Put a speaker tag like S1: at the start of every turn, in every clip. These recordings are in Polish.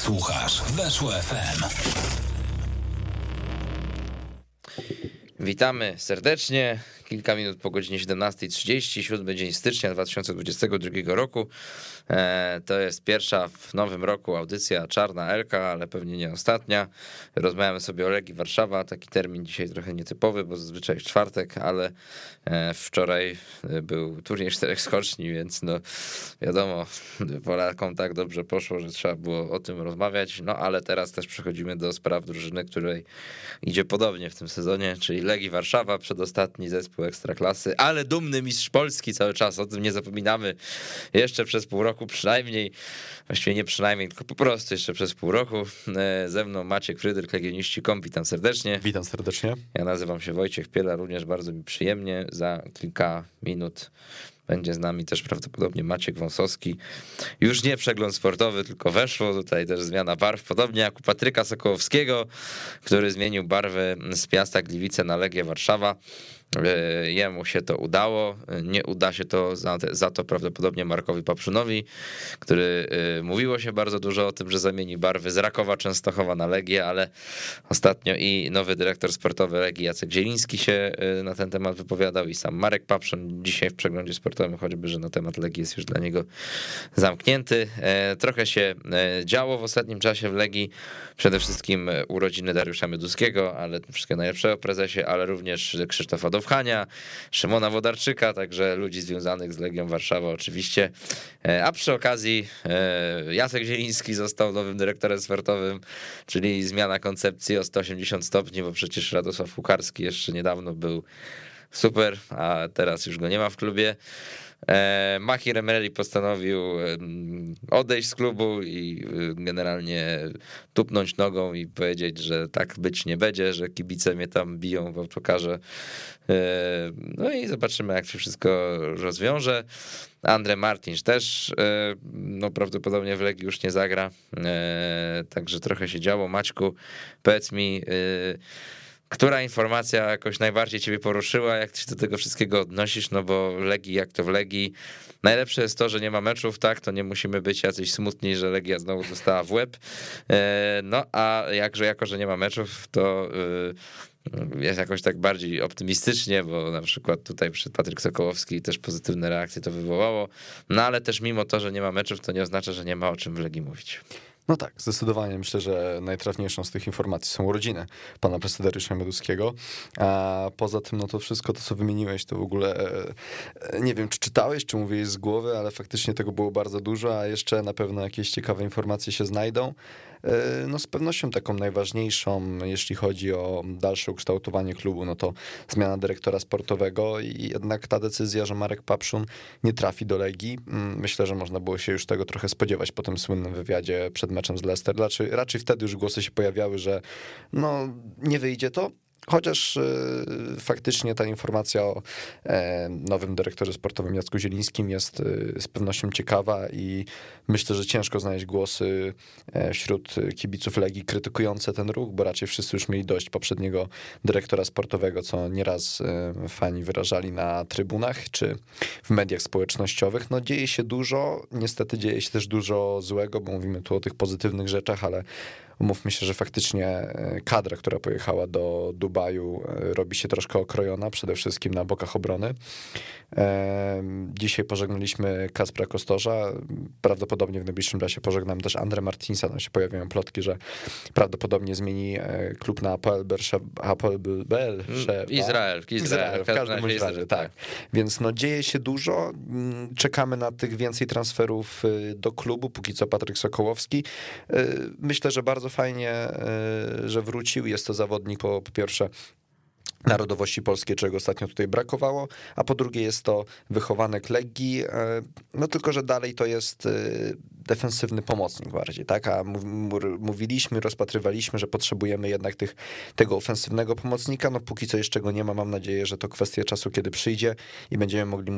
S1: Słuchasz Weszło FM.
S2: Witamy serdecznie. Kilka minut po godzinie 17:30, 7 dzień stycznia 2022 roku. To jest pierwsza w nowym roku audycja Czarna Elka, ale pewnie nie ostatnia. Rozmawiamy sobie o Legii Warszawa, taki termin dzisiaj trochę nietypowy, bo zazwyczaj w czwartek, ale wczoraj był turniej 4 skoczni, więc no wiadomo, Polakom tak dobrze poszło, że trzeba było o tym rozmawiać, no ale teraz też przechodzimy do spraw drużyny, której idzie podobnie w tym sezonie, czyli Legii Warszawa, przedostatni zespół Ekstraklasy, ale dumny mistrz Polski cały czas, o tym nie zapominamy, jeszcze przez pół roku przynajmniej, właściwie nie przynajmniej, tylko po prostu jeszcze przez pół roku. Ze mną Maciek Frydrych, Legioniści.com, witam serdecznie.
S3: Witam serdecznie.
S2: Ja nazywam się Wojciech Piela, również bardzo mi przyjemnie. Za kilka minut będzie z nami też prawdopodobnie Maciek Wąsowski. Już nie przegląd sportowy, tylko weszło. Tutaj też zmiana barw, podobnie jak u Patryka Sokołowskiego, który zmienił barwy z Piasta Gliwice na Legię Warszawa. Jemu się to udało, nie uda się to za to prawdopodobnie Markowi Papszunowi, który mówiło się bardzo dużo o tym, że zamieni barwy z Rakowa Częstochowa na Legię, ale ostatnio i nowy dyrektor sportowy Legii Jacek Zieliński się na ten temat wypowiadał i sam Marek Papszun dzisiaj w przeglądzie sportowym, choćby, że na temat Legii jest już dla niego zamknięty. Trochę się działo w ostatnim czasie w Legii, przede wszystkim urodziny Dariusza Mioduskiego, ale wszystkiego najlepszego prezesie, ale również Krzysztofa Dowchania, Szymona Wodarczyka, także ludzi związanych z Legią Warszawa oczywiście. A przy okazji Jacek Zieliński został nowym dyrektorem sportowym, czyli zmiana koncepcji o 180 stopni, bo przecież Radosław Kucharski jeszcze niedawno był super, a teraz już go nie ma w klubie. Mahir Emreli postanowił odejść z klubu i generalnie tupnąć nogą i powiedzieć, że tak być nie będzie, że kibice mnie tam biją w autokarze. No i zobaczymy, jak się wszystko rozwiąże. Andre Martins też no prawdopodobnie w Legii już nie zagra, także trochę się działo. Maćku, powiedz mi, która informacja jakoś najbardziej ciebie poruszyła, jak ty się do tego wszystkiego odnosisz, no bo Legii jak to w Legii. Najlepsze jest to, że nie ma meczów, tak, to nie musimy być jacyś smutni, że Legia znowu dostała w łeb, no a jako, że nie ma meczów, to jest jakoś tak bardziej optymistycznie, bo na przykład tutaj przyszedł Patryk Sokołowski, też pozytywne reakcje to wywołało, no ale też mimo to, że nie ma meczów, to nie oznacza, że nie ma o czym w Legii mówić.
S3: No tak, zdecydowanie myślę, że najtrafniejszą z tych informacji są urodziny pana prezesa Dariusza Mioduskiego, a poza tym no to wszystko to, co wymieniłeś, to w ogóle nie wiem, czy czytałeś, czy mówiłeś z głowy, ale faktycznie tego było bardzo dużo, a jeszcze na pewno jakieś ciekawe informacje się znajdą. No z pewnością taką najważniejszą, jeśli chodzi o dalsze ukształtowanie klubu, no to zmiana dyrektora sportowego i jednak ta decyzja, że Marek Papszun nie trafi do Legii, myślę, że można było się już tego trochę spodziewać po tym słynnym wywiadzie przed meczem z Leicester. Raczej wtedy już głosy się pojawiały, że no nie wyjdzie to. Chociaż faktycznie ta informacja o nowym dyrektorze sportowym Jacku Zielińskim jest z pewnością ciekawa i myślę, że ciężko znaleźć głosy wśród kibiców Legii krytykujące ten ruch, bo raczej wszyscy już mieli dość poprzedniego dyrektora sportowego, co nieraz fani wyrażali na trybunach czy w mediach społecznościowych. No dzieje się dużo, niestety dzieje się też dużo złego, bo mówimy tu o tych pozytywnych rzeczach, ale umówmy się, że faktycznie kadra, która pojechała do Dubaju, robi się troszkę okrojona, przede wszystkim na bokach obrony. Dzisiaj pożegnaliśmy Kacpra Kostorza, prawdopodobnie w najbliższym czasie pożegnam też Andre Martinsa, tam się pojawiają plotki, że prawdopodobnie zmieni klub na Hapoel
S2: Izrael,
S3: w każdym razie, tak. Więc no dzieje się dużo, czekamy na tych więcej transferów do klubu, póki co Patryk Sokołowski. Myślę, że bardzo fajnie, że wrócił, jest to zawodnik po pierwsze narodowości polskiej, czego ostatnio tutaj brakowało, a po drugie jest to wychowanek Legii, no tylko, że dalej to jest defensywny pomocnik bardziej, tak, a mówiliśmy, rozpatrywaliśmy, że potrzebujemy jednak tego ofensywnego pomocnika, no póki co jeszcze go nie ma, mam nadzieję, że to kwestia czasu, kiedy przyjdzie i będziemy mogli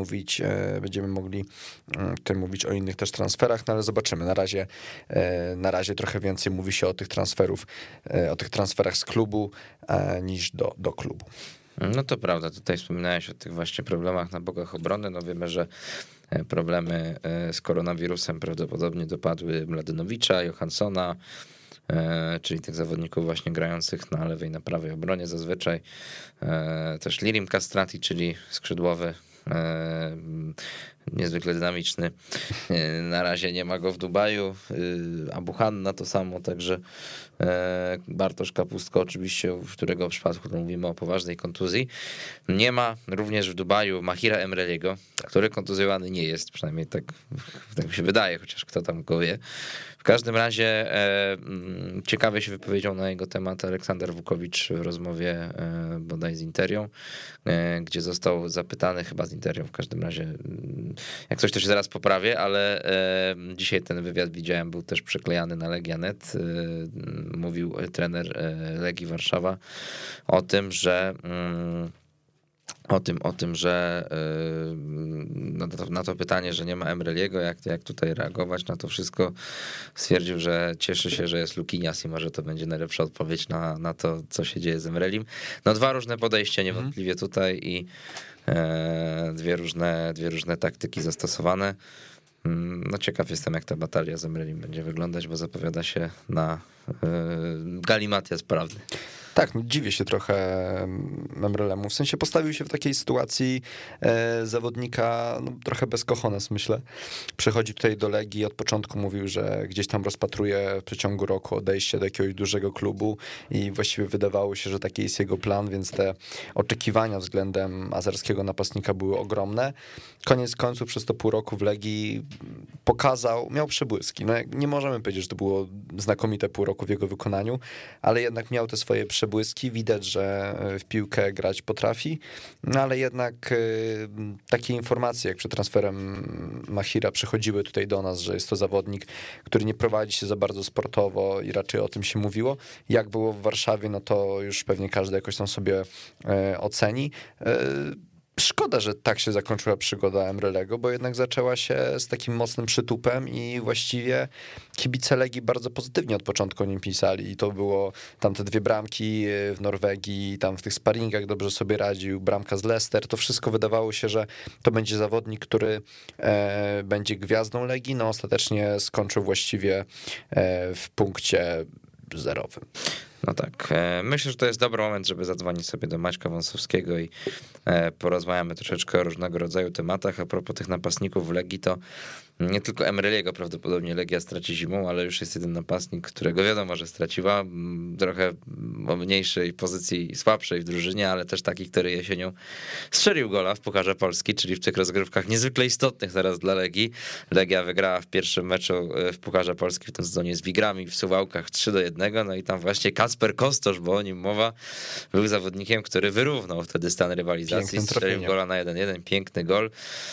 S3: mówić o innych też transferach, no ale zobaczymy, na razie trochę więcej mówi się o tych transferach z klubu niż do klubu.
S2: No to prawda, tutaj wspominałeś o tych właśnie problemach na bokach obrony, no wiemy, że problemy z koronawirusem prawdopodobnie dopadły Mladynowicza, Johanssona, czyli tych zawodników właśnie grających na lewej, na prawej obronie zazwyczaj. Też Lirim Kastrati, czyli skrzydłowy, niezwykle dynamiczny. Na razie nie ma go w Dubaju. Abu Hanna to samo, także Bartosz Kapustko oczywiście, w którego przypadku mówimy o poważnej kontuzji. Nie ma również w Dubaju Mahira Emreliego, który kontuzjowany nie jest, przynajmniej tak mi się wydaje, chociaż kto tam go wie. W każdym razie ciekawie się wypowiedział na jego temat Aleksander Wukowicz w rozmowie bodaj z Interią, gdzie został zapytany, chyba z Interią w każdym razie, jak coś to się zaraz poprawię, ale dzisiaj ten wywiad widziałem, był też przyklejany na Legia.net. Mówił trener Legii Warszawa o tym, że na to pytanie, że nie ma Emreliego, jak tutaj reagować na to wszystko, stwierdził, że cieszy się, że jest Lukinias i może to będzie najlepsza odpowiedź na to, co się dzieje z Emrelim. No dwa różne podejścia niewątpliwie tutaj i dwie różne taktyki zastosowane. No ciekaw jestem, jak ta batalia z Emrelim będzie wyglądać, bo zapowiada się na galimatias prawny.
S3: Tak, no dziwię się trochę Emrelemu. W sensie postawił się w takiej sytuacji zawodnika no, trochę bez cojones, myślę. Przychodzi tutaj do Legii, od początku mówił, że gdzieś tam rozpatruje w przeciągu roku odejście do jakiegoś dużego klubu i właściwie wydawało się, że taki jest jego plan, więc te oczekiwania względem azerskiego napastnika były ogromne. Koniec końców przez to pół roku w Legii miał przebłyski. No, nie możemy powiedzieć, że to było znakomite pół roku w jego wykonaniu, ale jednak miał te swoje przebłyski. Widać, że w piłkę grać potrafi, no ale jednak takie informacje jak przed transferem Mahira przychodziły tutaj do nas, że jest to zawodnik, który nie prowadzi się za bardzo sportowo i raczej o tym się mówiło. Jak było w Warszawie, no to już pewnie każdy jakoś tam sobie oceni. Szkoda, że tak się zakończyła przygoda Emrelego, bo jednak zaczęła się z takim mocnym przytupem i właściwie kibice Legii bardzo pozytywnie od początku o nim pisali i to było tam te 2 bramki w Norwegii, tam w tych sparingach dobrze sobie radził, bramka z Leicester, to wszystko wydawało się, że to będzie zawodnik, który będzie gwiazdą Legii, no ostatecznie skończył właściwie w punkcie 0.
S2: No tak, myślę, że to jest dobry moment, żeby zadzwonić sobie do Maćka Wąsowskiego i porozmawiamy troszeczkę o różnego rodzaju tematach. A propos tych napastników w Legii, to nie tylko Emreliego prawdopodobnie Legia straci zimą, ale już jest jeden napastnik, którego wiadomo, że straciła, trochę o mniejszej pozycji, słabszej w drużynie, ale też taki, który jesienią strzelił gola w Pucharze Polski, czyli w tych rozgrywkach niezwykle istotnych teraz dla Legii. Legia wygrała w pierwszym meczu w Pucharze Polski w tym sezonie z Wigrami w Suwałkach 3-1, no i tam właśnie Kacper Kostosz, bo o nim mowa, był zawodnikiem, który wyrównał wtedy stan rywalizacji, strzelił gola na 1-1, piękny gol.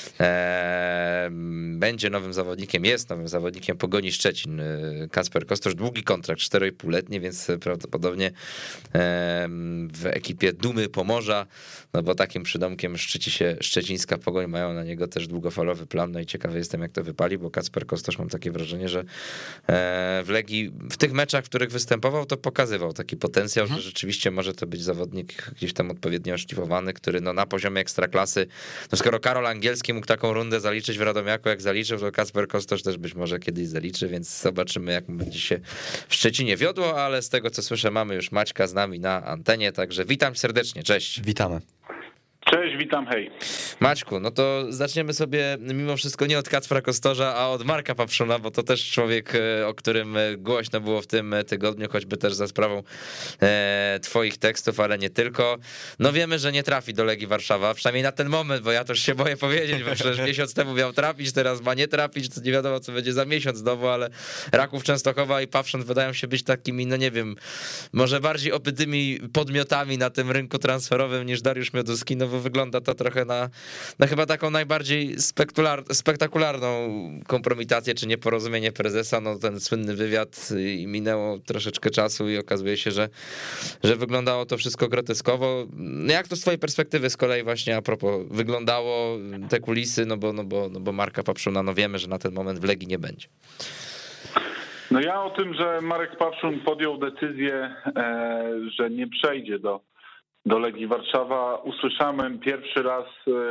S2: Będzie nowym zawodnikiem, jest nowym zawodnikiem Pogoni Szczecin. Kacper Kostosz, długi kontrakt, 4,5-letni, więc prawdopodobnie w ekipie Dumy Pomorza, no bo takim przydomkiem szczyci się szczecińska Pogoń, mają na niego też długofalowy plan, no i ciekawy jestem, jak to wypali, bo Kacper Kostosz, mam takie wrażenie, że w Legii, w tych meczach, w których występował, to pokazywał taki potencjał, że rzeczywiście może to być zawodnik gdzieś tam odpowiednio oszlifowany, który no na poziomie ekstraklasy, no skoro Karol Angielski mógł taką rundę zaliczyć w Radomiaku, jak zaliczył, to Kacper Kostosz też być może kiedyś zaliczy, więc zobaczymy, jak mu będzie się w Szczecinie wiodło, ale z tego, co słyszę, mamy już Maćka z nami na antenie, także witam serdecznie, cześć.
S3: Witamy.
S4: Cześć, witam, hej.
S2: Maćku, no to zaczniemy sobie mimo wszystko nie od Kacpra Kostosza, a od Marka Papszuna, bo to też człowiek, o którym głośno było w tym tygodniu, choćby też za sprawą twoich tekstów, ale nie tylko. No wiemy, że nie trafi do Legii Warszawa, przynajmniej na ten moment, bo ja też się boję powiedzieć, bo przecież miesiąc temu miał trafić, teraz ma nie trafić, to nie wiadomo, co będzie za miesiąc znowu, ale Raków Częstochowa i Papszun wydają się być takimi, no nie wiem, może bardziej opytymi podmiotami na tym rynku transferowym niż Dariusz Mioduski, no bo wygląda to trochę na chyba taką najbardziej spektakularną kompromitację czy nieporozumienie prezesa, no ten słynny wywiad i minęło troszeczkę czasu i okazuje się, że wyglądało to wszystko groteskowo. Jak to z twojej perspektywy z kolei właśnie a propos wyglądało te kulisy, no bo Marka Papszuna, no wiemy, że na ten moment w Legii nie będzie.
S4: No ja o tym, że Marek Papszun podjął decyzję, że nie przejdzie do Legii Warszawa, usłyszałem pierwszy raz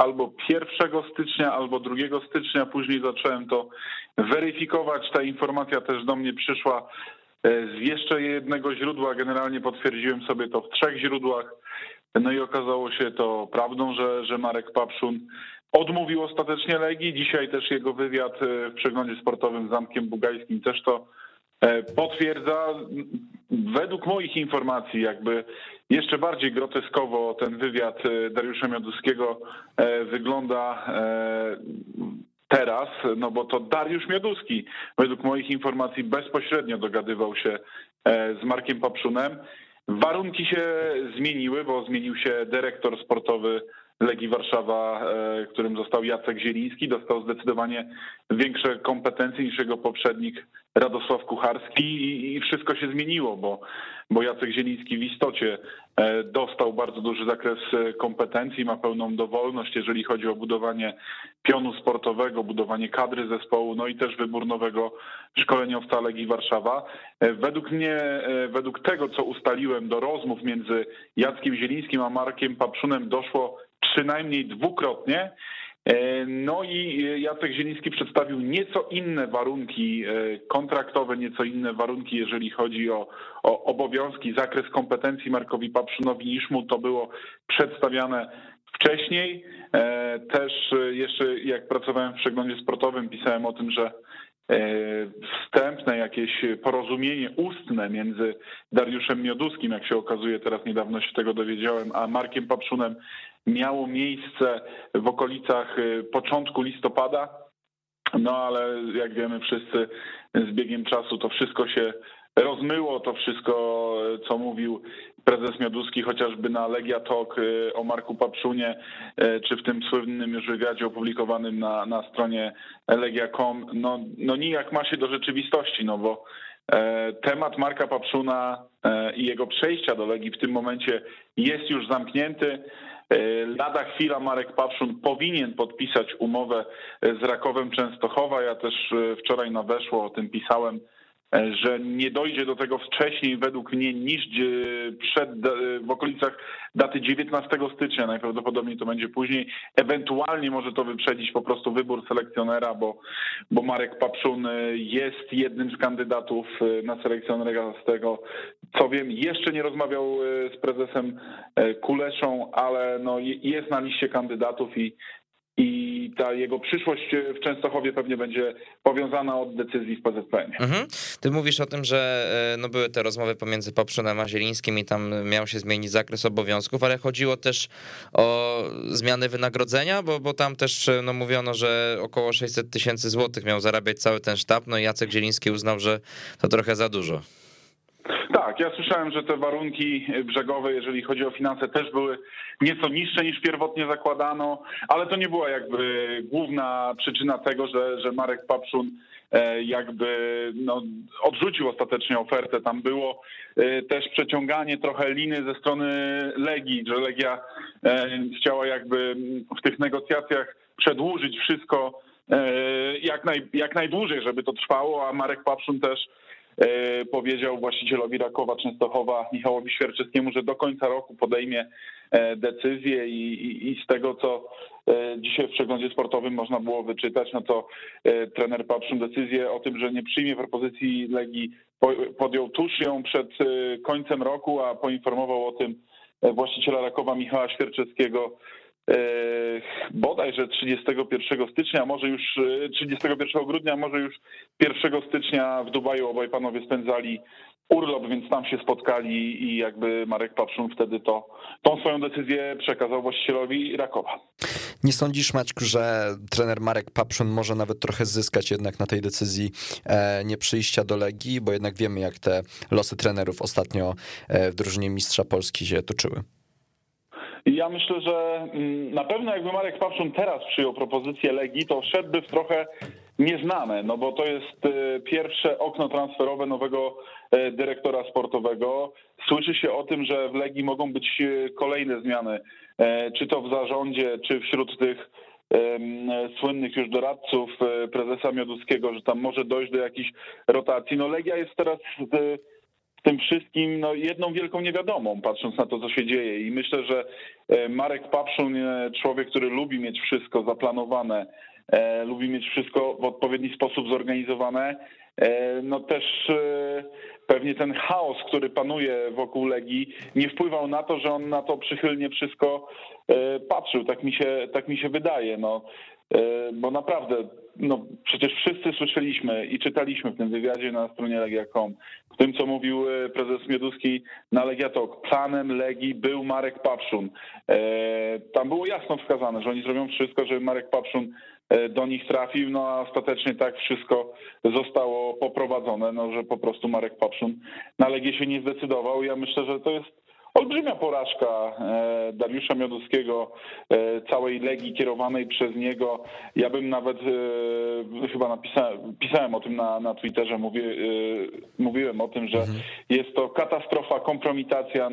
S4: albo 1 stycznia, albo 2 stycznia. Później zacząłem to weryfikować. Ta informacja też do mnie przyszła z jeszcze jednego źródła. Generalnie potwierdziłem sobie to w 3 źródłach. No i okazało się to prawdą, że Marek Papszun odmówił ostatecznie Legii. Dzisiaj też jego wywiad w przeglądzie sportowym z Zamkiem Bugajskim też to potwierdza. Według moich informacji jakby jeszcze bardziej groteskowo ten wywiad Dariusza Mioduskiego wygląda teraz, no bo to Dariusz Mioduski według moich informacji bezpośrednio dogadywał się z Markiem Papszunem. Warunki się zmieniły, bo zmienił się dyrektor sportowy Legii Warszawa, którym został Jacek Zieliński. Dostał zdecydowanie większe kompetencje niż jego poprzednik Radosław Kucharski i wszystko się zmieniło, bo Jacek Zieliński w istocie dostał bardzo duży zakres kompetencji, ma pełną dowolność, jeżeli chodzi o budowanie pionu sportowego, budowanie kadry zespołu, no i też wybór nowego szkoleniowca Legii Warszawa. Według mnie, według tego, co ustaliłem, do rozmów między Jackiem Zielińskim a Markiem Papszunem doszło przynajmniej 2-krotnie. No i Jacek Zieliński przedstawił nieco inne warunki kontraktowe, nieco inne warunki, jeżeli chodzi o obowiązki, zakres kompetencji Markowi Papszunowi, niż mu to było przedstawiane wcześniej. Też jeszcze jak pracowałem w przeglądzie sportowym, pisałem o tym, że wstępne jakieś porozumienie ustne między Dariuszem Mioduskim, jak się okazuje, teraz niedawno się tego dowiedziałem, a Markiem Papszunem miało miejsce w okolicach początku listopada, no ale jak wiemy wszyscy, z biegiem czasu to wszystko się rozmyło, to wszystko, co mówił prezes Mioduski, chociażby na Legia Talk o Marku Papszunie, czy w tym słynnym już wywiadzie opublikowanym na stronie legia.com, no nijak ma się do rzeczywistości, no bo temat Marka Papszuna i jego przejścia do Legii w tym momencie jest już zamknięty. Lada chwila Marek Papszun powinien podpisać umowę z Rakowem Częstochowa. Ja też wczoraj na Weszło o tym pisałem, że nie dojdzie do tego wcześniej według mnie niż w okolicach daty 19 stycznia, najprawdopodobniej to będzie później, ewentualnie może to wyprzedzić po prostu wybór selekcjonera, bo Marek Papszun jest jednym z kandydatów na selekcjonera, z tego co wiem, jeszcze nie rozmawiał z prezesem Kuleszą, ale no jest na liście kandydatów i ta jego przyszłość w Częstochowie pewnie będzie powiązana od decyzji w PZPN.
S2: Ty mówisz o tym, że no były te rozmowy pomiędzy Papszunem a Zielińskim i tam miał się zmienić zakres obowiązków, ale chodziło też o zmiany wynagrodzenia, bo tam też no mówiono, że około 600 000 złotych miał zarabiać cały ten sztab, no i Jacek Zieliński uznał, że to trochę za dużo.
S4: Tak, ja słyszałem, że te warunki brzegowe, jeżeli chodzi o finanse, też były nieco niższe niż pierwotnie zakładano, ale to nie była jakby główna przyczyna tego, że Marek Papszun jakby odrzucił ostatecznie ofertę. Tam było też przeciąganie trochę liny ze strony Legii, że Legia chciała jakby w tych negocjacjach przedłużyć wszystko jak najdłużej, żeby to trwało, a Marek Papszun też powiedział właścicielowi Rakowa Częstochowa Michałowi Świerczewskiemu, że do końca roku podejmie decyzję i z tego, co dzisiaj w przeglądzie sportowym można było wyczytać, no to trener Papszun decyzję o tym, że nie przyjmie propozycji Legii, podjął tuż ją przed końcem roku, a poinformował o tym właściciela Rakowa Michała Świerczewskiego bodajże 31 stycznia, może już 31 grudnia, może już 1 stycznia w Dubaju obaj panowie spędzali urlop, więc tam się spotkali i jakby Marek Papszun wtedy tą swoją decyzję przekazał właścicielowi Rakowa.
S3: Nie sądzisz, Maćku, że trener Marek Papszun może nawet trochę zyskać jednak na tej decyzji nie przyjścia do Legii, bo jednak wiemy, jak te losy trenerów ostatnio w drużynie mistrza Polski się toczyły?
S4: Ja myślę, że na pewno jakby Marek Papszun teraz przyjął propozycję Legii, to wszedłby w trochę nieznane, no bo to jest pierwsze okno transferowe nowego dyrektora sportowego. Słyszy się o tym, że w Legii mogą być kolejne zmiany, czy to w zarządzie, czy wśród tych słynnych już doradców prezesa Mioduskiego, że tam może dojść do jakichś rotacji. No Legia jest teraz w tym wszystkim jedną wielką niewiadomą, patrząc na to, co się dzieje. I myślę, że Marek Papszun, człowiek, który lubi mieć wszystko zaplanowane, lubi mieć wszystko w odpowiedni sposób zorganizowane, też pewnie ten chaos, który panuje wokół Legii, nie wpływał na to, że on na to przychylnie wszystko patrzył. Tak mi się wydaje. Bo naprawdę, przecież wszyscy słyszeliśmy i czytaliśmy w tym wywiadzie na stronie Legia.com, w tym, co mówił prezes Mioduski na Legia Talk. Planem Legii był Marek Papszun. Tam było jasno wskazane, że oni zrobią wszystko, żeby Marek Papszun do nich trafił, a ostatecznie tak wszystko zostało poprowadzone, że po prostu Marek Papszun na Legię się nie zdecydował. Ja myślę, że to jest olbrzymia porażka Dariusza Mioduskiego, całej Legii kierowanej przez niego. Ja bym nawet chyba pisałem o tym na Twitterze, mówiłem o tym, że jest to katastrofa, kompromitacja.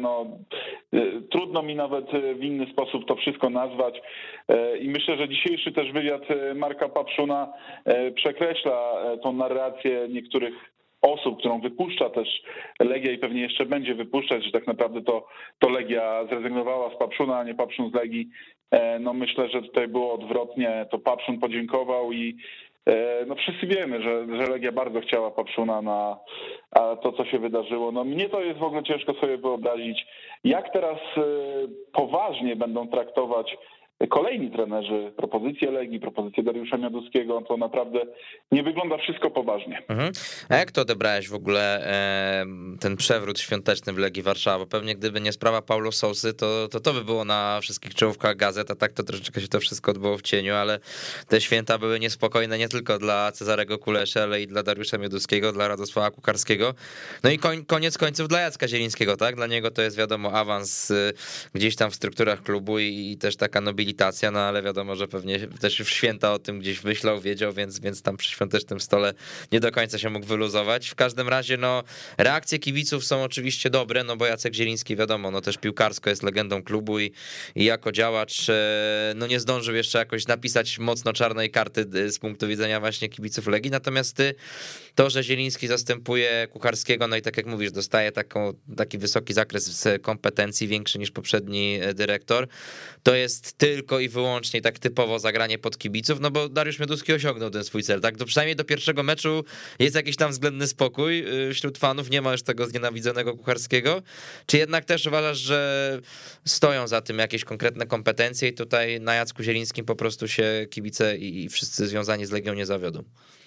S4: Trudno mi nawet w inny sposób to wszystko nazwać. I myślę, że dzisiejszy też wywiad Marka Papszuna przekreśla tą narrację niektórych osób, którą wypuszcza też Legia i pewnie jeszcze będzie wypuszczać, że tak naprawdę to Legia zrezygnowała z Papszuna, a nie Papszun z Legii. Myślę, że tutaj było odwrotnie, to Papszun podziękował i wszyscy wiemy, że Legia bardzo chciała Papszuna na to, co się wydarzyło. Mnie to jest w ogóle ciężko sobie wyobrazić, jak teraz poważnie będą traktować kolejni trenerzy propozycje Legii, propozycje Dariusza Mioduskiego. To naprawdę nie wygląda wszystko poważnie.
S2: A jak to odebrałeś w ogóle ten przewrót świąteczny w Legii Warszawa? Bo pewnie gdyby nie sprawa Paulo Sousy, to by było na wszystkich czołówkach gazet, a tak to troszeczkę się to wszystko odbyło w cieniu, ale te święta były niespokojne nie tylko dla Cezarego Kuleszy, ale i dla Dariusza Mioduskiego, dla Radosława Kucharskiego. I koniec końców dla Jacka Zielińskiego, tak? Dla niego to jest wiadomo awans gdzieś tam w strukturach klubu i też taka nobilitacja, ale wiadomo, że pewnie też w święta o tym gdzieś myślał, wiedział, więc tam przy świątecznym stole nie do końca się mógł wyluzować. W każdym razie reakcje kibiców są oczywiście dobre, bo Jacek Zieliński wiadomo, też piłkarsko jest legendą klubu i jako działacz nie zdążył jeszcze jakoś napisać mocno czarnej karty z punktu widzenia właśnie kibiców Legii, natomiast to, że Zieliński zastępuje Kucharskiego, i tak jak mówisz, dostaje taki wysoki zakres kompetencji, większy niż poprzedni dyrektor, to jest tylko i wyłącznie tak typowo zagranie pod kibiców, bo Dariusz Mioduski osiągnął ten swój cel, tak? Przynajmniej do pierwszego meczu jest jakiś tam względny spokój wśród fanów, nie ma już tego znienawidzonego Kucharskiego. Czy jednak też uważasz, że stoją za tym jakieś konkretne kompetencje i tutaj na Jacku Zielińskim po prostu się kibice i wszyscy związani z Legią nie zawiodą?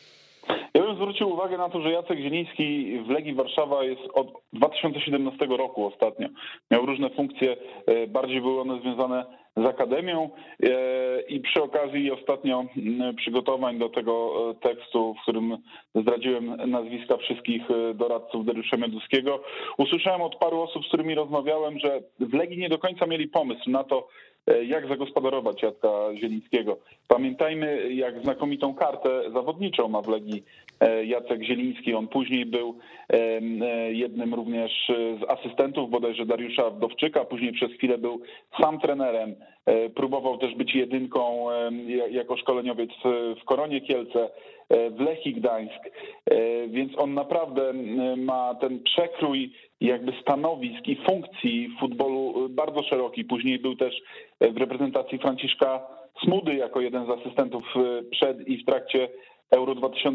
S4: Ja bym zwrócił uwagę na to, że Jacek Zieliński w Legii Warszawa jest od 2017 roku ostatnio. Miał różne funkcje, bardziej były one związane z Akademią i przy okazji ostatnio przygotowań do tego tekstu, w którym zdradziłem nazwiska wszystkich doradców Dariusza Mioduskiego, usłyszałem od paru osób, z którymi rozmawiałem, że w Legii nie do końca mieli pomysł na to, jak zagospodarować Jacka Zielińskiego. Pamiętajmy, jak znakomitą kartę zawodniczą ma w Legii Jacek Zieliński. On później był jednym również z asystentów bodajże Dariusza Wdowczyka, później przez chwilę był sam trenerem. Próbował też być jedynką jako szkoleniowiec w Koronie Kielce, w Lechii Gdańsk, więc on naprawdę ma ten przekrój jakby stanowisk i funkcji w futbolu bardzo szeroki. Później był też w reprezentacji Franciszka Smudy jako jeden z asystentów przed i w trakcie Euro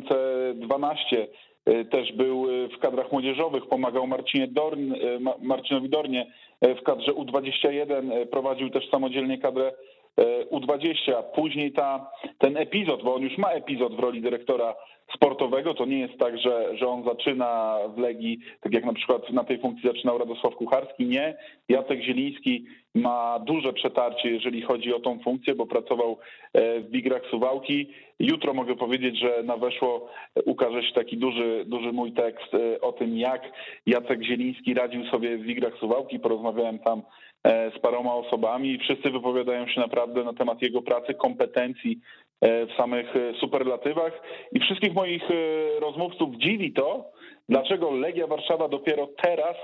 S4: 2012. Też był w kadrach młodzieżowych, pomagał Marcinowi Dornie w kadrze U21, prowadził też samodzielnie kadrę U20. Później ten epizod, bo on już ma epizod w roli dyrektora sportowego, to nie jest tak, że on zaczyna w Legii, tak jak na przykład na tej funkcji zaczynał Radosław Kucharski. Nie, Jacek Zieliński ma duże przetarcie, jeżeli chodzi o tą funkcję, bo pracował w Wigrach Suwałki. Jutro mogę powiedzieć, że na Weszło ukaże się taki duży mój tekst o tym, jak Jacek Zieliński radził sobie w Wigrach Suwałki. Porozmawiałem tam z paroma osobami i wszyscy wypowiadają się naprawdę na temat jego pracy, kompetencji w samych superlatywach i wszystkich moich rozmówców dziwi to, dlaczego Legia Warszawa dopiero teraz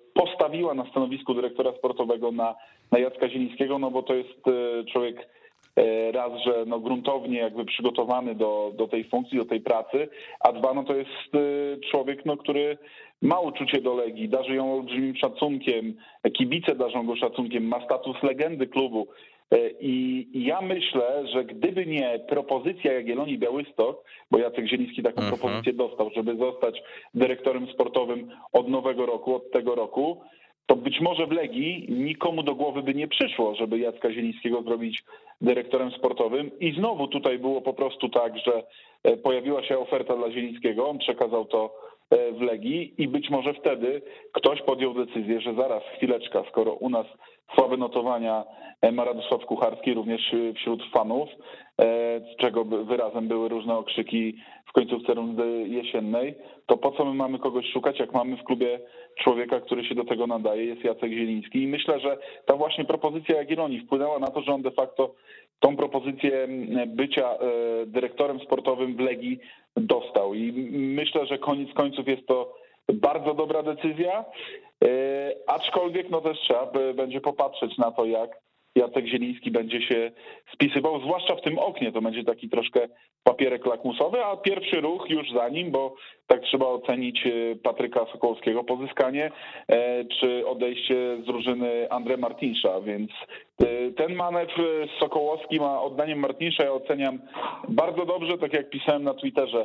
S4: postawiła na stanowisku dyrektora sportowego na Jacka Zielińskiego, bo to jest człowiek raz, że no gruntownie jakby przygotowany do tej funkcji, do tej pracy, a dwa, no to jest człowiek, no, który ma uczucie do Legii, darzy ją olbrzymim szacunkiem, kibice darzą go szacunkiem, ma status legendy klubu. I ja myślę, że gdyby nie propozycja Jagiellonii Białystok, bo Jacek Zieliński taką propozycję dostał, żeby zostać dyrektorem sportowym od nowego roku, od tego roku, to być może w Legii nikomu do głowy by nie przyszło, żeby Jacka Zielińskiego zrobić dyrektorem sportowym. I znowu tutaj było po prostu tak, że pojawiła się oferta dla Zielińskiego, on przekazał to w Legii i być może wtedy ktoś podjął decyzję, że zaraz, chwileczka, skoro u nas słabe notowania ma Radosław Kucharski również wśród fanów, z czego wyrazem były różne okrzyki w końcówce rundy jesiennej, to po co my mamy kogoś szukać, jak mamy w klubie człowieka, który się do tego nadaje, jest Jacek Zieliński. I myślę, że ta właśnie propozycja Jagiellonii wpłynęła na to, że on de facto tą propozycję bycia dyrektorem sportowym w Legii dostał. I myślę, że koniec końców jest to bardzo dobra decyzja, aczkolwiek no też trzeba będzie popatrzeć na to, jak Jacek Zieliński będzie się spisywał, zwłaszcza w tym oknie, to będzie taki troszkę papierek lakmusowy, a pierwszy ruch już za nim, bo tak trzeba ocenić Patryka Sokołowskiego, pozyskanie czy odejście z drużyny André Martinsza, więc ten manewr z Sokołowskim, a oddaniem Martinsza ja oceniam bardzo dobrze, tak jak pisałem na Twitterze.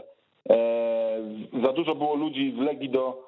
S4: Za dużo było ludzi w Legii do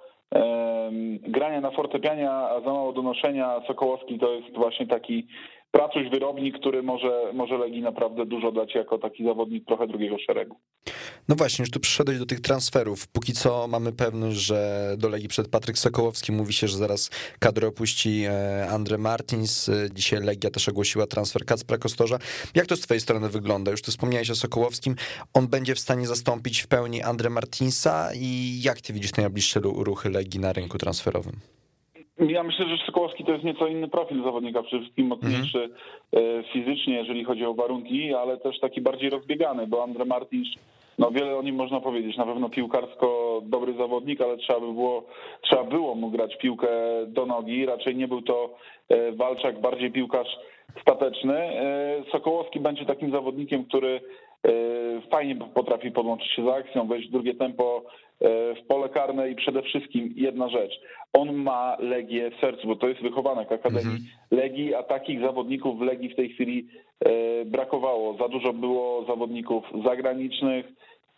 S4: grania na fortepianie, a za mało do noszenia. Sokołowski to jest właśnie taki pracuś, wyrobnik, który może Legii naprawdę dużo dać jako taki zawodnik trochę drugiego szeregu.
S3: No właśnie, już tu przyszedłeś do tych transferów. Póki co mamy pewność, że do Legii przed Patryk Sokołowski. Mówi się, że zaraz kadrę opuści André Martins. Dzisiaj Legia też ogłosiła transfer Kacpra Kostorza. Jak to z twojej strony wygląda? Już tu wspomniałeś o Sokołowskim. On będzie w stanie zastąpić w pełni André Martinsa i jak ty widzisz najbliższe ruchy Legii na rynku transferowym?
S4: Ja myślę, że Sokołowski to jest nieco inny profil zawodnika, przede wszystkim mocniejszy fizycznie, jeżeli chodzi o warunki, ale też taki bardziej rozbiegany, bo André Martins, no wiele o nim można powiedzieć, na pewno piłkarsko dobry zawodnik, ale trzeba było mu grać piłkę do nogi, raczej nie był to walczak, bardziej piłkarz stateczny. Sokołowski będzie takim zawodnikiem, który fajnie potrafi podłączyć się za akcją, wejść w drugie tempo w pole karne i przede wszystkim jedna rzecz. On ma Legię w sercu, bo to jest wychowanek Akademii Legii, a takich zawodników w Legii w tej chwili brakowało. Za dużo było zawodników zagranicznych,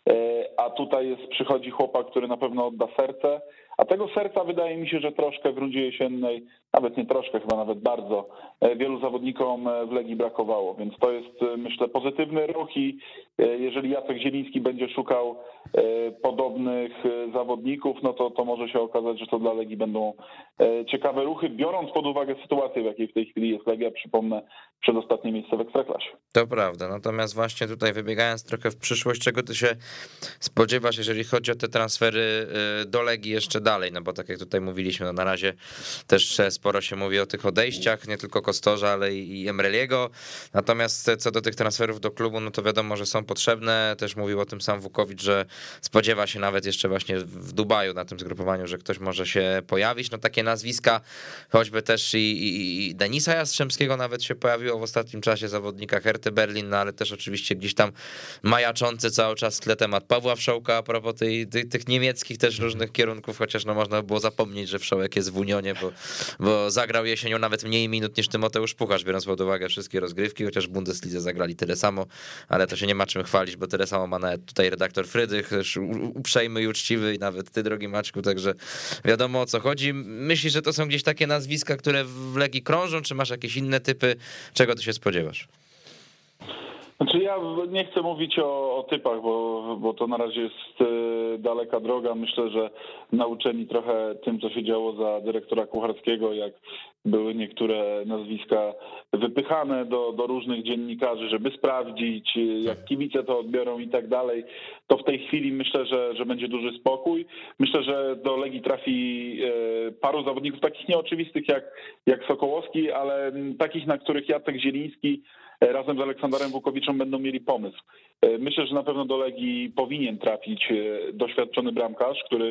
S4: a tutaj przychodzi chłopak, który na pewno odda serce, a tego serca wydaje mi się, że troszkę w rundzie jesiennej, nawet nie troszkę, chyba nawet bardzo, wielu zawodnikom w Legii brakowało, więc to jest, myślę, pozytywny ruch i jeżeli Jacek Zieliński będzie szukał podobnych zawodników, no to może się okazać, że to dla Legii będą ciekawe ruchy, biorąc pod uwagę sytuację, w jakiej w tej chwili jest Legia, przypomnę, przedostatnie miejsce w Ekstraklasie.
S2: To prawda, natomiast właśnie tutaj wybiegając trochę w przyszłość, czego ty się spodziewasz, jeżeli chodzi o te transfery do Legii jeszcze dalej, no bo tak jak tutaj mówiliśmy, no na razie też sporo się mówi o tych odejściach, nie tylko Kostorza, ale i Emreliego, natomiast co do tych transferów do klubu, no to wiadomo, że są potrzebne, też mówił o tym sam Wukowicz, że spodziewa się nawet jeszcze właśnie w Dubaju na tym zgrupowaniu, że ktoś może się pojawić, no takie nazwiska, choćby też i Denisa Jastrzębskiego nawet się pojawiło w ostatnim czasie, zawodnika Herty Berlin, no ale też oczywiście gdzieś tam majaczący cały czas w tle temat Pawła Wszołka, a propos tych niemieckich też różnych kierunków, chociaż no można było zapomnieć, że Wszołek jest w Unionie, bo zagrał jesienią nawet mniej minut niż Tymoteusz Pucharz, biorąc pod uwagę wszystkie rozgrywki, chociaż w Bundeslidze zagrali tyle samo, ale to się nie ma czym chwalić, bo tyle samo ma nawet tutaj redaktor Frydrych, też uprzejmy i uczciwy i nawet ty, drogi Maćku, także wiadomo o co chodzi. Myślisz, że to są gdzieś takie nazwiska, które w Legii krążą, czy masz jakieś inne typy? Czego ty się spodziewasz?
S4: Znaczy ja nie chcę mówić o typach, bo to na razie jest daleka droga. Myślę, że nauczeni trochę tym, co się działo za dyrektora Kucharskiego, jak były niektóre nazwiska wypychane do różnych dziennikarzy, żeby sprawdzić, jak kibice to odbiorą i tak dalej, to w tej chwili myślę, że będzie duży spokój. Myślę, że do Legii trafi paru zawodników takich nieoczywistych jak Sokołowski, ale takich, na których Jacek Zieliński razem z Aleksanderem Wukowiczem będą mieli pomysł. Myślę, że na pewno do Legii powinien trafić doświadczony bramkarz, który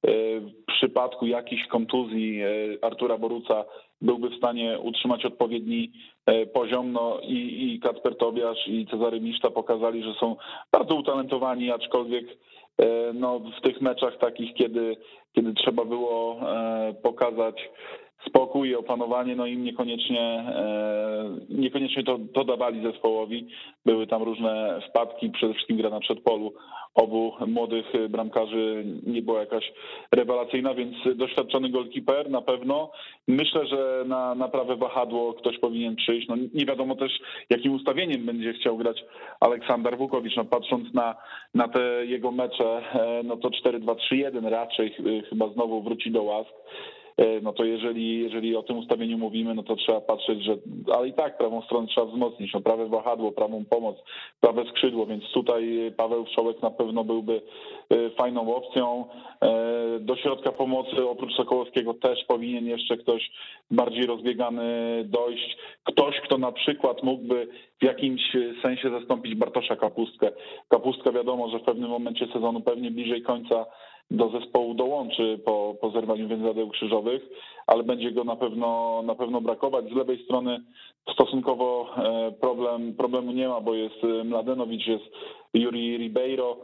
S4: w przypadku jakichś kontuzji Artura Boruca byłby w stanie utrzymać odpowiedni poziom. No i Kacper Tobiasz i Cezary Miszta pokazali, że są bardzo utalentowani, aczkolwiek no, w tych meczach takich, kiedy trzeba było pokazać spokój i opanowanie, no im niekoniecznie to dawali zespołowi. Były tam różne wpadki, przede wszystkim gra na przedpolu obu młodych bramkarzy nie była jakaś rewelacyjna, więc doświadczony golkiper na pewno. Myślę, że na prawe wahadło ktoś powinien przyjść. No nie wiadomo też, jakim ustawieniem będzie chciał grać Aleksander Wukowicz. No patrząc na te jego mecze, no to 4-2-3-1 raczej chyba znowu wróci do łask. No to jeżeli o tym ustawieniu mówimy, no to trzeba patrzeć, że ale i tak prawą stronę trzeba wzmocnić, no prawe wahadło, prawą pomoc, prawe skrzydło, więc tutaj Paweł Wszołek na pewno byłby fajną opcją. Do środka pomocy oprócz Sokołowskiego też powinien jeszcze ktoś bardziej rozbiegany dojść. Ktoś, kto na przykład mógłby w jakimś sensie zastąpić Bartosza Kapustkę. Kapustka wiadomo, że w pewnym momencie sezonu pewnie bliżej końca do zespołu dołączy po zerwaniu więzadeł krzyżowych, ale będzie go na pewno brakować. Z lewej strony stosunkowo problemu nie ma, bo jest Mladenowicz, jest Yuri Ribeiro.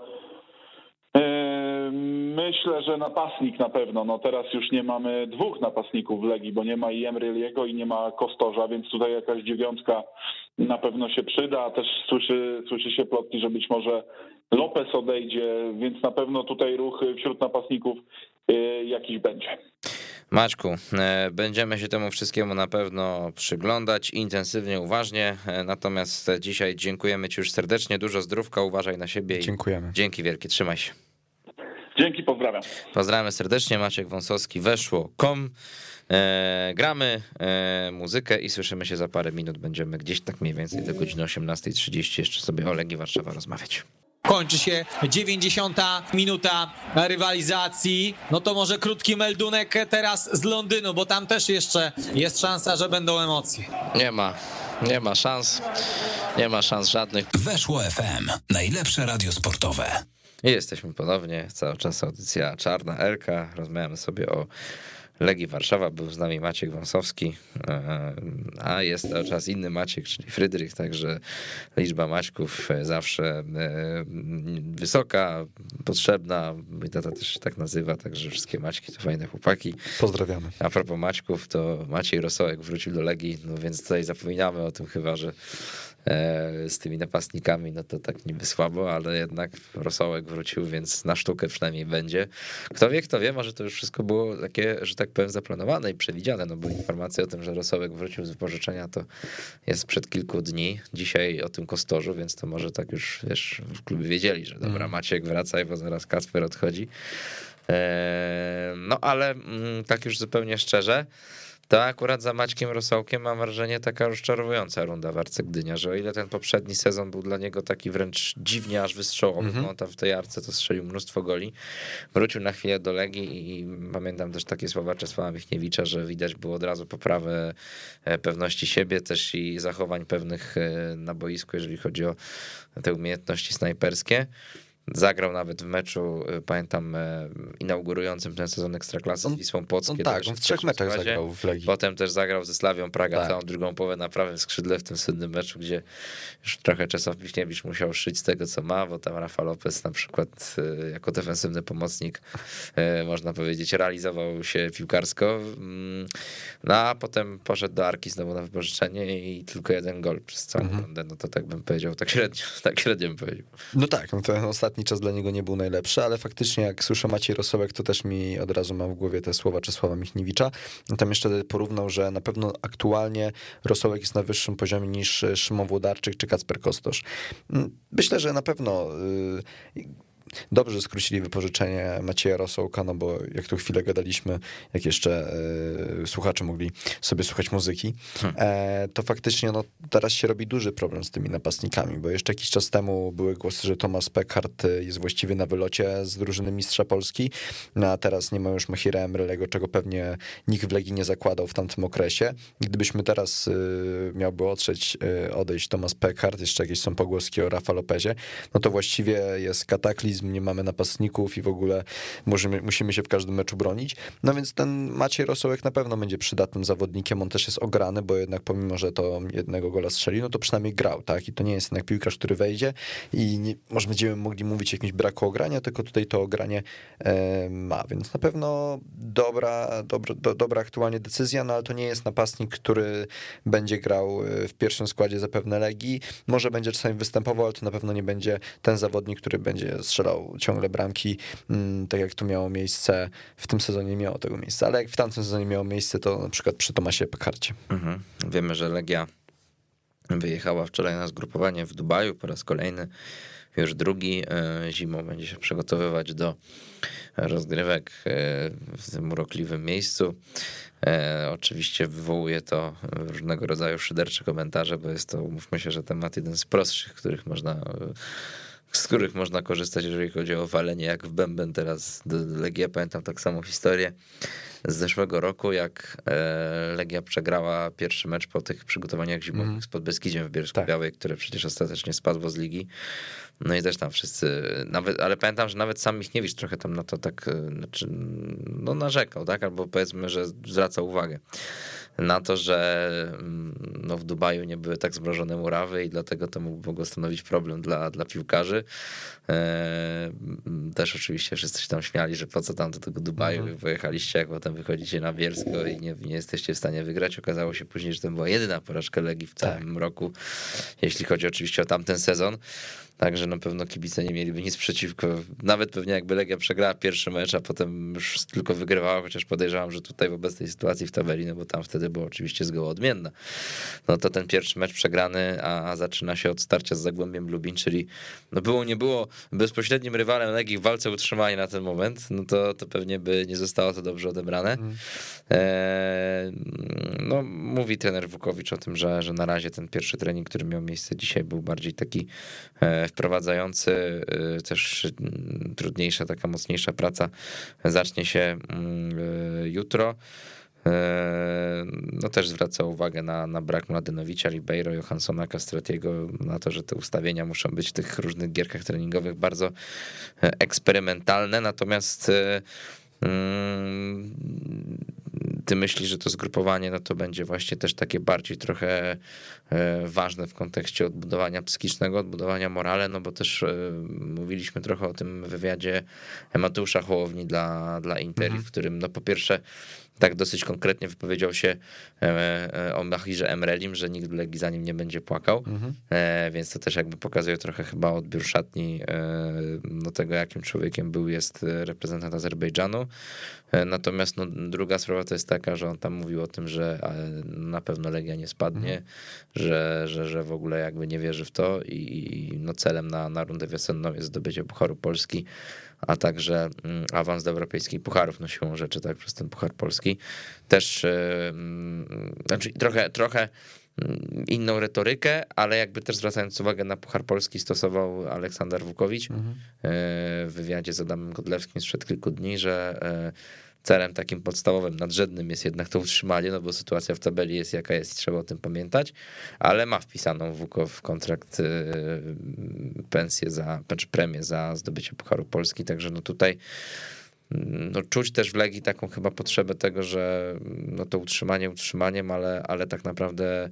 S4: Myślę, że napastnik na pewno. No teraz już nie mamy dwóch napastników w Legii, bo nie ma i Emryliego i nie ma Kostorza, więc tutaj jakaś dziewiątka na pewno się przyda. Też słyszy się plotki, że być może Lopez odejdzie, więc na pewno tutaj ruch wśród napastników jakiś będzie.
S2: Maćku, będziemy się temu wszystkiemu na pewno przyglądać intensywnie, uważnie, natomiast dzisiaj dziękujemy Ci już serdecznie, dużo zdrówka, uważaj na siebie.
S3: Dziękujemy.
S2: Dzięki wielkie, trzymaj się.
S4: Dzięki, pozdrawiam.
S2: Pozdrawiamy serdecznie, Maciek Wąsowski, weszło.com. Gramy muzykę i słyszymy się za parę minut, będziemy gdzieś tak mniej więcej do godziny 18:30 jeszcze sobie o Legii Warszawa rozmawiać.
S5: Kończy się 90. minuta rywalizacji. No to może krótki meldunek teraz z Londynu, bo tam też jeszcze jest szansa, że będą emocje.
S2: Nie ma szans. Nie ma szans żadnych.
S1: Weszło FM. Najlepsze radio sportowe.
S2: I jesteśmy ponownie. Cały czas audycja Czarna Elka. Rozmawiamy sobie o Legii Warszawa. Był z nami Maciek Wąsowski, a jest cały czas inny Maciek, czyli Frydrych, także liczba Maćków zawsze wysoka, potrzebna. Mój tata też się tak nazywa, także wszystkie Maćki to fajne chłopaki.
S3: Pozdrawiamy.
S2: A propos Maćków, to Maciej Rosołek wrócił do Legii, no więc tutaj zapominamy o tym chyba, że z tymi napastnikami, no to tak niby słabo, ale jednak Rosołek wrócił, więc na sztukę przynajmniej będzie. Kto wie, może to już wszystko było takie, że tak powiem, zaplanowane i przewidziane, no bo informacja o tym, że Rosołek wrócił z wypożyczenia, to jest sprzed kilku dni. Dzisiaj o tym Kostorzu, więc to może tak już, wiesz, w klubie wiedzieli, że dobra, Maciek wracaj, bo zaraz Kacper odchodzi. No ale tak już zupełnie szczerze, to akurat za Maćkiem Rosołkiem mam wrażenie taka rozczarowująca runda w Arce Gdynia, że o ile ten poprzedni sezon był dla niego taki wręcz dziwnie aż wystrzałowy, bo on tam w tej Arce to strzelił mnóstwo goli, wrócił na chwilę do Legii i pamiętam też takie słowa Czesława Michniewicza, że widać było od razu poprawę pewności siebie też i zachowań pewnych na boisku, jeżeli chodzi o te umiejętności snajperskie. Zagrał nawet w meczu, pamiętam, inaugurującym ten sezon Ekstraklasy z Wisłą Płockie.
S3: On w 3 meczach zagrał w Legii.
S2: Potem też zagrał ze Slawią Praga
S3: tak.
S2: Całą drugą połowę na prawym skrzydle w tym słynnym meczu, gdzie już trochę Czesław Michniewicz musiał szyć z tego, co ma, bo tam Rafa Lopez na przykład jako defensywny pomocnik, można powiedzieć, realizował się piłkarsko. No a potem poszedł do Arki znowu na wypożyczenie i tylko 1 gol przez całą rundę. No to tak bym powiedział, tak średnio bym powiedział.
S3: No tak, no ten ostatni czas dla niego nie był najlepszy, ale faktycznie jak słyszę Maciej Rosołek, to też mi od razu mam w głowie te słowa Czesława Michniewicza. Tam jeszcze porównał, że na pewno aktualnie Rosołek jest na wyższym poziomie niż Szymon Włodarczyk czy Kacper Kostosz. Myślę, że na pewno dobrze, że skrócili wypożyczenie Macieja Rosołka, no bo jak tu chwilę gadaliśmy, jak jeszcze słuchacze mogli sobie słuchać muzyki, to faktycznie no, teraz się robi duży problem z tymi napastnikami, bo jeszcze jakiś czas temu były głosy, że Tomasz Peckhardt jest właściwie na wylocie z drużyny mistrza Polski, no a teraz nie ma już Mahira Emrelego, czego pewnie nikt w Legii nie zakładał w tamtym okresie. Gdybyśmy teraz miałby odejść Tomasz Peckhardt, jeszcze jakieś są pogłoski o Rafa Lopezie, no to właściwie jest kataklizm mechanizm, nie mamy napastników i w ogóle musimy się w każdym meczu bronić. No więc ten Maciej Rosołek na pewno będzie przydatnym zawodnikiem, on też jest ograny, bo jednak pomimo, że to jednego gola strzelił, no to przynajmniej grał, tak? I to nie jest jednak piłkarz, który wejdzie i może będziemy mogli mówić o jakimś braku ogrania, tylko tutaj to ogranie ma, więc na pewno dobra aktualnie decyzja, no ale to nie jest napastnik, który będzie grał w pierwszym składzie zapewne Legii, może będzie czasami występował, ale to na pewno nie będzie ten zawodnik, który będzie strzelał ciągle bramki, tak jak to miało miejsce w tym sezonie, miało tego miejsca, ale jak w tamtym sezonie miało miejsce, to na przykład przy Tomasie Pekarcie.
S2: Wiemy, że Legia wyjechała wczoraj na zgrupowanie w Dubaju po raz kolejny, już drugi. Zimą będzie się przygotowywać do rozgrywek w tym urokliwym miejscu. Oczywiście wywołuje to różnego rodzaju szydercze komentarze, bo jest to, umówmy się, że temat jeden z prostszych, z których można korzystać, jeżeli chodzi o walenie jak w bęben teraz Legia. Pamiętam tak samą historię z zeszłego roku, jak Legia przegrała pierwszy mecz po tych przygotowaniach zimowych z Podbeskidziem w Bielsku-Białej, które przecież ostatecznie spadło z ligi. No i też tam wszyscy, ale pamiętam, że nawet sam Michniewicz trochę tam na to tak, narzekał, tak? Albo powiedzmy, że zwracał uwagę na to, że w Dubaju nie były tak zmrożone murawy i dlatego to mogło stanowić problem dla piłkarzy. Też oczywiście wszyscy się tam śmiali, że po co tam do tego Dubaju pojechaliście, jak potem wychodzicie na Bielsko i nie jesteście w stanie wygrać. Okazało się później, że to była jedyna porażka Legii w całym roku, jeśli chodzi oczywiście o tamten sezon. Także na pewno kibice nie mieliby nic przeciwko. Nawet pewnie jakby Legia przegrała pierwszy mecz, a potem już tylko wygrywała, chociaż podejrzewam, że tutaj w obecnej sytuacji w tabeli, no bo tam wtedy była oczywiście zgoła odmienna. No to ten pierwszy mecz przegrany, a zaczyna się od starcia z Zagłębiem Lubin, czyli było nie było bezpośrednim rywalem Legii w walce utrzymania na ten moment, no to pewnie by nie zostało to dobrze odebrane. Mówi trener Wukowicz o tym, że na razie ten pierwszy trening, który miał miejsce dzisiaj, był bardziej taki wprowadzający, też trudniejsza, taka mocniejsza praca zacznie się jutro. No też zwraca uwagę na brak Mladenovicia, Ribeiro, Johanssona, Castratiego, na to, że te ustawienia muszą być w tych różnych gierkach treningowych bardzo eksperymentalne, natomiast ty myślisz, że to zgrupowanie no to będzie właśnie też takie bardziej trochę ważne w kontekście odbudowania psychicznego, odbudowania morale, no bo też mówiliśmy trochę o tym wywiadzie Mateusza Hołowni dla Interi, w którym no po pierwsze tak dosyć konkretnie wypowiedział się o Mahirze Emrelim, że nikt w Legii za nim nie będzie płakał, więc to też jakby pokazuje trochę chyba odbiór szatni do tego, jakim człowiekiem jest reprezentant Azerbejdżanu. Natomiast druga sprawa to jest taka, że on tam mówił o tym, że na pewno Legia nie spadnie, że w ogóle jakby nie wierzy w to i celem na rundę wiosenną jest zdobycie Pucharu Polski, a także awans do europejskich pucharów, siłą rzeczy, tak, przez ten Puchar Polski. Też znaczy trochę inną retorykę, ale jakby też zwracając uwagę na Puchar Polski stosował Aleksander Wukowicz w wywiadzie z Adamem Godlewskim sprzed kilku dni, że celem takim podstawowym, nadrzędnym jest jednak to utrzymanie, no bo sytuacja w tabeli jest jaka jest i trzeba o tym pamiętać, ale ma wpisaną w kontrakt pensję premię za zdobycie Pucharu Polski, także tutaj czuć też w Legii taką chyba potrzebę tego, że to utrzymanie utrzymaniem, ale tak naprawdę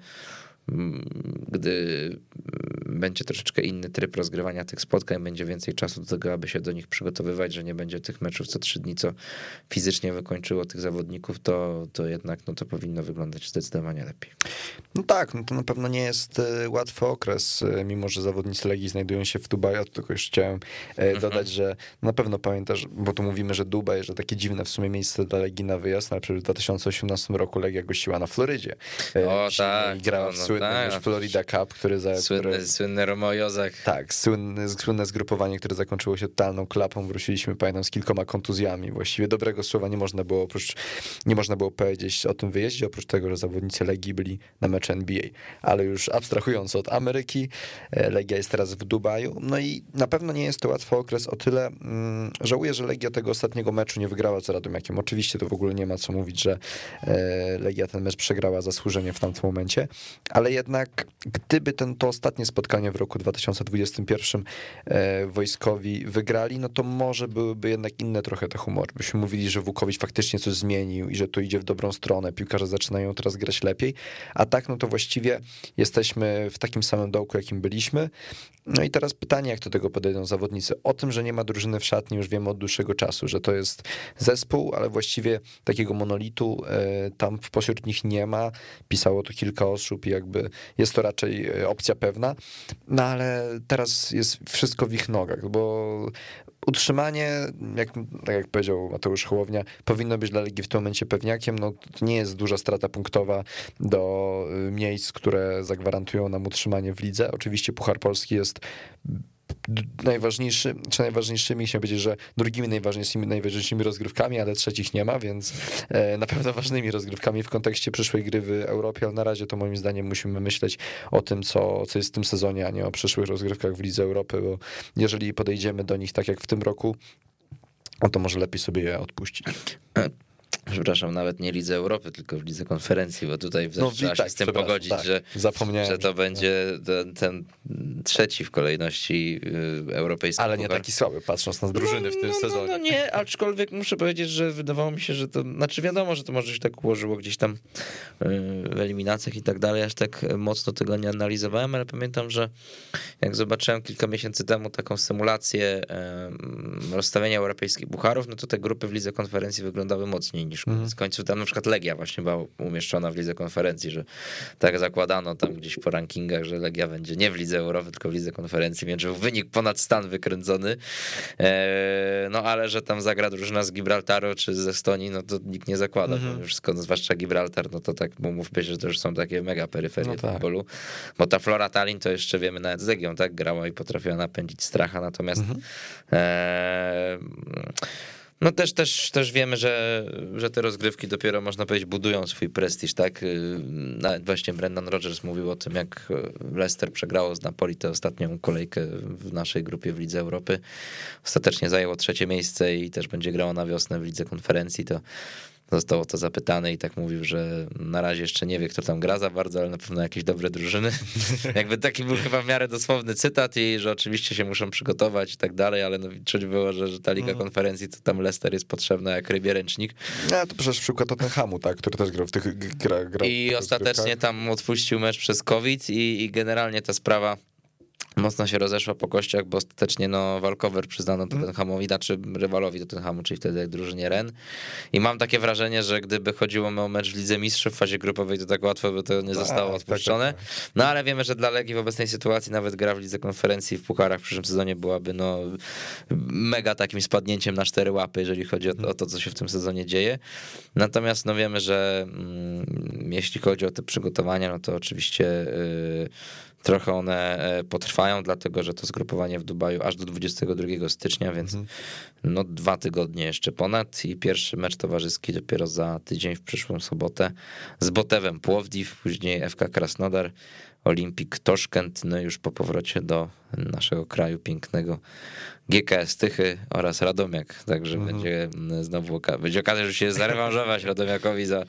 S2: gdy będzie troszeczkę inny tryb rozgrywania tych spotkań, będzie więcej czasu do tego, aby się do nich przygotowywać, że nie będzie tych meczów co 3 dni, co fizycznie wykończyło tych zawodników, to jednak to powinno wyglądać zdecydowanie lepiej.
S3: No tak, to na pewno nie jest łatwy okres, mimo że zawodnicy Legii znajdują się w Dubaju, tylko już chciałem dodać, że na pewno pamiętasz, bo tu mówimy, że Dubaj, że takie dziwne w sumie miejsce dla Legii na wyjazd, ale przecież w 2018 roku Legia gościła na Florydzie. I grała w słynnym Florida Cup,
S2: Słynny Romo Jozak.
S3: Tak, słynne zgrupowanie, które zakończyło się totalną klapą. Wróciliśmy, pamiętam, z kilkoma kontuzjami. Właściwie dobrego słowa nie można było powiedzieć o tym wyjeździe, oprócz tego, że zawodnicy Legii byli na meczu NBA. Ale już abstrahując od Ameryki, Legia jest teraz w Dubaju. No i na pewno nie jest to łatwy okres, o tyle żałuję, że Legia tego ostatniego meczu nie wygrała z Radomiakiem. Oczywiście to w ogóle nie ma co mówić, że Legia ten mecz przegrała zasłużenie w tamtym momencie, ale jednak gdyby to ostatnie spotkanie spotkanie w roku 2021 wojskowi wygrali, no to może byłyby jednak inne trochę te humory. Byśmy mówili, że Wukowicz faktycznie coś zmienił i że to idzie w dobrą stronę, piłkarze zaczynają teraz grać lepiej, a tak no to właściwie jesteśmy w takim samym dołku, jakim byliśmy. No i teraz pytanie, jak do tego podejdą zawodnicy. O tym, że nie ma drużyny w szatni, już wiemy od dłuższego czasu, że to jest zespół, ale właściwie takiego monolitu tam pośród nich nie ma. Pisało to kilka osób i jakby jest to raczej opcja pewna. No ale teraz jest wszystko w ich nogach, bo utrzymanie, tak jak powiedział Mateusz Hołownia, powinno być dla Legii w tym momencie pewniakiem. No, to nie jest duża strata punktowa do miejsc, które zagwarantują nam utrzymanie w lidze. Oczywiście Puchar Polski jest najważniejszy, czy najważniejszymi, chciałem powiedzieć, że drugimi najważniejszymi rozgrywkami, ale trzecich nie ma, więc na pewno ważnymi rozgrywkami w kontekście przyszłej gry w Europie, ale na razie to moim zdaniem musimy myśleć o tym, co jest w tym sezonie, a nie o przyszłych rozgrywkach w Lidze Europy, bo jeżeli podejdziemy do nich tak jak w tym roku, no to może lepiej sobie je odpuścić.
S2: Przepraszam, nawet nie Lidze Europy, tylko w Lidze Konferencji, bo tutaj trzeba się z tym pogodzić, tak, że to będzie ten trzeci w kolejności europejski.
S3: Ale nie taki słaby, patrząc na drużyny w tym sezonie.
S2: No nie, aczkolwiek muszę powiedzieć, że wydawało mi się, że to, znaczy wiadomo, że to może się tak ułożyło gdzieś tam w eliminacjach i tak dalej, aż tak mocno tego nie analizowałem, ale pamiętam, że jak zobaczyłem kilka miesięcy temu taką symulację rozstawienia europejskich pucharów, no to te grupy w Lidze Konferencji wyglądały mocniej niż w końcu tam na przykład Legia właśnie była umieszczona w Lidze Konferencji, że tak zakładano tam gdzieś po rankingach, że Legia będzie nie w Lidze Europy, tylko w Lidze Konferencji, więc był wynik ponad stan wykręcony, no ale że tam zagra drużyna z Gibraltaru czy z Estonii, no to nikt nie zakłada, bo wszystko, no, zwłaszcza Gibraltar, no to tak mówmy się, że to już są takie mega peryferie w futbolu, bo ta Flora Tallinn to jeszcze wiemy nawet z Legią, tak, grała i potrafiła napędzić stracha, natomiast no też wiemy, że te rozgrywki dopiero, można powiedzieć, budują swój prestiż, tak? Nawet właśnie Brendan Rodgers mówił o tym, jak Leicester przegrało z Napoli tę ostatnią kolejkę w naszej grupie w Lidze Europy. Ostatecznie zajęło 3. miejsce i też będzie grało na wiosnę w Lidze Konferencji, to zostało to zapytane i tak mówił, że na razie jeszcze nie wie, kto tam gra za bardzo, ale na pewno jakieś dobre drużyny. Jakby taki był chyba w miarę dosłowny cytat i że oczywiście się muszą przygotować i tak dalej, ale no czuć było, że ta Liga Konferencji, to tam Leicester jest potrzebna jak rybie ręcznik.
S3: No to przecież przykład Tottenhamu, tak, który też grał w tych grach.
S2: I ostatecznie tam odpuścił mecz przez COVID i generalnie ta sprawa mocno się rozeszła po kościach, bo ostatecznie walkover przyznano Tottenhamowi, znaczy rywalowi Tottenhamu, czyli wtedy jak drużynie Rennes. I mam takie wrażenie, że gdyby chodziło o mecz w Lidze Mistrzów w fazie grupowej, to tak łatwo by to nie zostało odpuszczone. Tak. No ale wiemy, że dla Legii w obecnej sytuacji nawet gra w Lidze Konferencji w pucharach w przyszłym sezonie byłaby mega takim spadnięciem na 4 łapy, jeżeli chodzi o to, co się w tym sezonie dzieje. Natomiast wiemy, że jeśli chodzi o te przygotowania, no to oczywiście trochę one potrwają, dlatego że to zgrupowanie w Dubaju aż do 22 stycznia, więc 2 tygodnie jeszcze ponad i pierwszy mecz towarzyski dopiero za tydzień w przyszłą sobotę z Botewem Płowdiw, później FK Krasnodar, Olimpik Toszkent, no już po powrocie do naszego kraju pięknego GKS Tychy oraz Radomiak, także będzie znowu będzie okazja, że się zarewanżować Radomiakowi za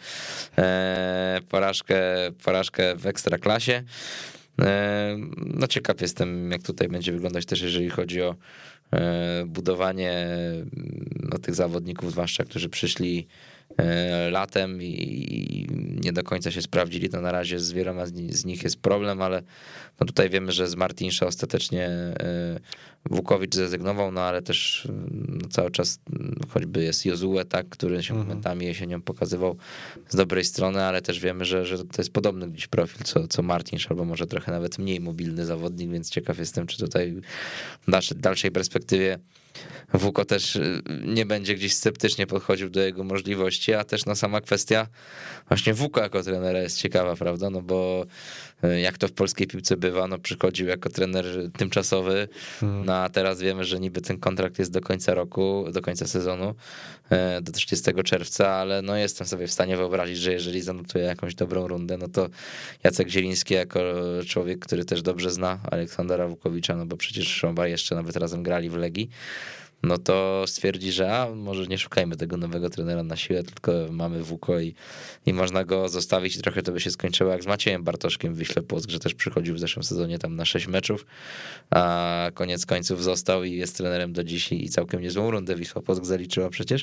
S2: porażkę w Ekstraklasie. No ciekaw jestem, jak tutaj będzie wyglądać też, jeżeli chodzi o budowanie tych zawodników, zwłaszcza którzy przyszli latem i nie do końca się sprawdzili, to na razie z wieloma z nich jest problem, ale tutaj wiemy, że z Martinsza ostatecznie Wukowicz zrezygnował, ale też cały czas choćby jest Jozue, tak, który się momentami jesienią pokazywał z dobrej strony, ale też wiemy, że to jest podobny gdzieś profil co Martinsz, albo może trochę nawet mniej mobilny zawodnik, więc ciekaw jestem, czy tutaj w dalszej perspektywie Wuko też nie będzie gdzieś sceptycznie podchodził do jego możliwości, a też sama kwestia właśnie Wuko jako trenera jest ciekawa, prawda, bo jak to w polskiej piłce bywa, przychodził jako trener tymczasowy, a teraz wiemy, że niby ten kontrakt jest do końca roku, do końca sezonu, do 30 czerwca, ale jestem sobie w stanie wyobrazić, że jeżeli zanotuje jakąś dobrą rundę, to Jacek Zieliński jako człowiek, który też dobrze zna Aleksandra Wukowicza, bo przecież obaj jeszcze nawet razem grali w Legii, no to stwierdzi, że może nie szukajmy tego nowego trenera na siłę, tylko mamy WUKO i można go zostawić i trochę to by się skończyło jak z Maciejem Bartoszkiem w Wiśle Płock, że też przychodził w zeszłym sezonie tam na 6 meczów, a koniec końców został i jest trenerem do dziś i całkiem niezłą rundę Wisła Płock zaliczyła przecież.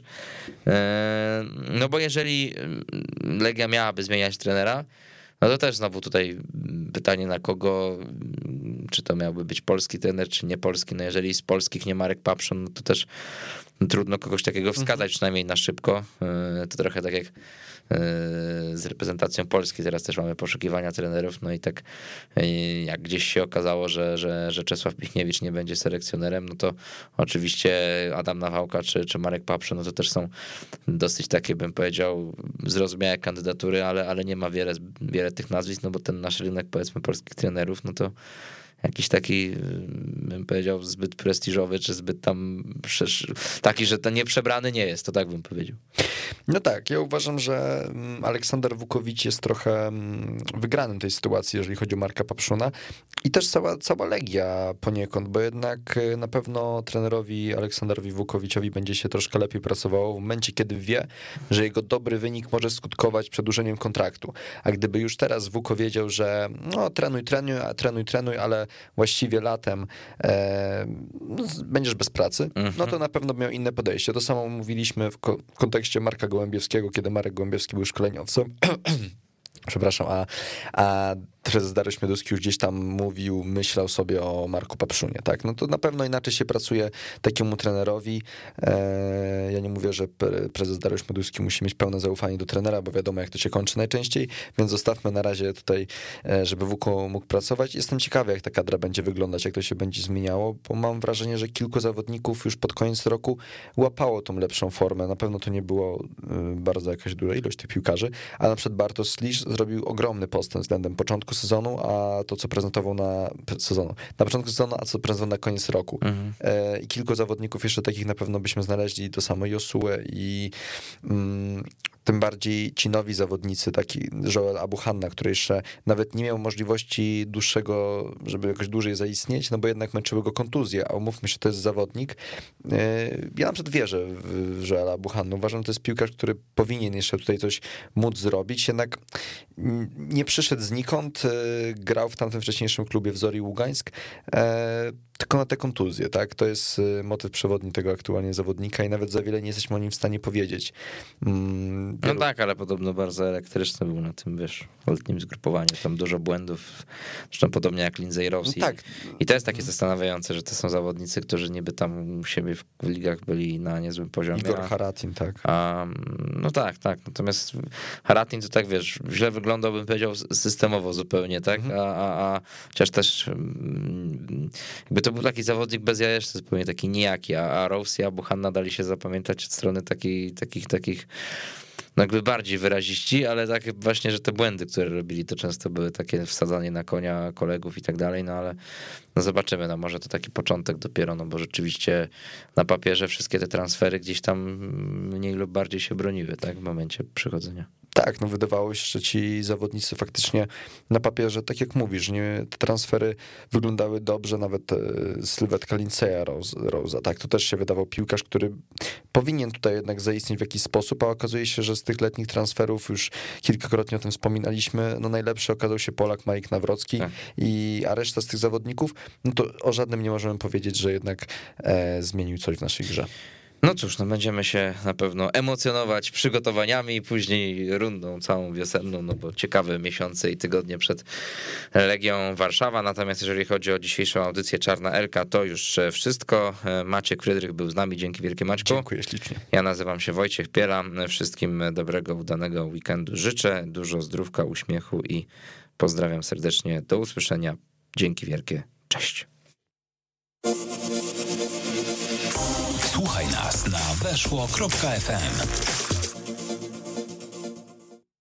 S2: No bo jeżeli Legia miałaby zmieniać trenera, no to też znowu tutaj pytanie na kogo, czy to miałby być polski trener, czy nie polski. No jeżeli z polskich nie Marek Papszun, no to też trudno kogoś takiego wskazać, przynajmniej na szybko. To trochę tak jak z reprezentacją Polski, teraz też mamy poszukiwania trenerów, no i tak jak gdzieś się okazało, że Czesław Michniewicz nie będzie selekcjonerem, no to oczywiście Adam Nawałka czy Marek Papszun, no to też są dosyć takie, bym powiedział, zrozumiałe kandydatury, ale nie ma wiele tych nazwisk, no bo ten nasz rynek, powiedzmy, polskich trenerów, no to jakiś taki, bym powiedział, zbyt prestiżowy, czy zbyt tam taki, że ten nieprzebrany nie jest, to tak bym powiedział.
S3: No tak, ja uważam, że Aleksander Wukowicz jest trochę wygranym tej sytuacji, jeżeli chodzi o Marka Papszuna i też cała Legia poniekąd, bo jednak na pewno trenerowi Aleksandrowi Wukowiczowi będzie się troszkę lepiej pracowało w momencie, kiedy wie, że jego dobry wynik może skutkować przedłużeniem kontraktu. A gdyby już teraz Wuko wiedział, że no trenuj, ale właściwie latem będziesz bez pracy, no to na pewno miał inne podejście. To samo mówiliśmy w kontekście Marka Gołębiewskiego, kiedy Marek Gołębiewski był szkoleniowcem. Przepraszam, a prezes Dariusz Mioduski już gdzieś tam myślał sobie o Marku Papszunie, tak? No to na pewno inaczej się pracuje takiemu trenerowi. Ja nie mówię, że prezes Dariusz Mioduski musi mieć pełne zaufanie do trenera, bo wiadomo, jak to się kończy najczęściej, więc zostawmy na razie tutaj, żeby WUKO mógł pracować. Jestem ciekawy, jak ta kadra będzie wyglądać, jak to się będzie zmieniało, bo mam wrażenie, że kilku zawodników już pod koniec roku łapało tą lepszą formę. Na pewno to nie było bardzo jakaś duża ilość tych piłkarzy, ale na przykład Bartosz Slisz zrobił ogromny postęp względem początku sezonu, a to, co prezentował na początku sezonu, a co prezentował na koniec roku. I kilku zawodników jeszcze takich na pewno byśmy znaleźli, to samo Josue i tym bardziej ci nowi zawodnicy, taki Joel Abuhanna, który jeszcze nawet nie miał możliwości dłuższego, żeby jakoś dłużej zaistnieć, no bo jednak męczyły go kontuzje, a umówmy się, to jest zawodnik. Ja na przykład wierzę w Joela Abuhanna. Uważam, że to jest piłkarz, który powinien jeszcze tutaj coś móc zrobić, jednak nie przyszedł znikąd, grał w tamtym wcześniejszym klubie w Zorii Ługańsk, tylko na te kontuzje, tak? To jest motyw przewodni tego aktualnie zawodnika i nawet za wiele nie jesteśmy o nim w stanie powiedzieć.
S2: No tak, ale podobno bardzo elektryczny był na tym, letnim zgrupowaniu. Tam dużo błędów, zresztą podobnie jak Lindsay Rose.
S3: No tak.
S2: I to jest takie zastanawiające, że to są zawodnicy, którzy niby tam u siebie w ligach byli na niezłym poziomie.
S3: Igor Haratin, tak.
S2: No tak. Natomiast Haratin to tak, źle wyglądał, bym powiedział, systemowo zupełnie, tak? A chociaż też jakby to był taki zawodnik bez jajeczny, zupełnie taki nijaki, a Rose i Abuhanna dali się zapamiętać od strony takich no jakby bardziej wyraziści, ale tak właśnie, że te błędy, które robili, to często były takie wsadzanie na konia kolegów i tak dalej, no ale no zobaczymy, no może to taki początek dopiero, no bo rzeczywiście na papierze wszystkie te transfery gdzieś tam mniej lub bardziej się broniły, tak, w momencie przychodzenia.
S3: Tak, no wydawało się, że ci zawodnicy faktycznie na papierze, tak jak mówisz, te transfery wyglądały dobrze, nawet sylwetka Lindsaya Rose'a, tak, to też się wydawał piłkarz, który powinien tutaj jednak zaistnieć w jakiś sposób, a okazuje się, że z tych letnich transferów, już kilkakrotnie o tym wspominaliśmy, no najlepszy okazał się Polak Marek Nawrocki, tak. A reszta z tych zawodników, no to o żadnym nie możemy powiedzieć, że jednak zmienił coś w naszej grze.
S2: No cóż, no będziemy się na pewno emocjonować przygotowaniami i później rundą całą wiosenną, no bo ciekawe miesiące i tygodnie przed Legią Warszawa. Natomiast jeżeli chodzi o dzisiejszą audycję Czarna Elka, to już wszystko. Maciek Frydrych był z nami. Dzięki wielkie, Maćku.
S3: Dziękuję ślicznie.
S2: Ja nazywam się Wojciech Piela. Wszystkim dobrego, udanego weekendu życzę. Dużo zdrówka, uśmiechu i pozdrawiam serdecznie. Do usłyszenia. Dzięki wielkie. Cześć.
S1: Słuchaj nas na weszło.fm.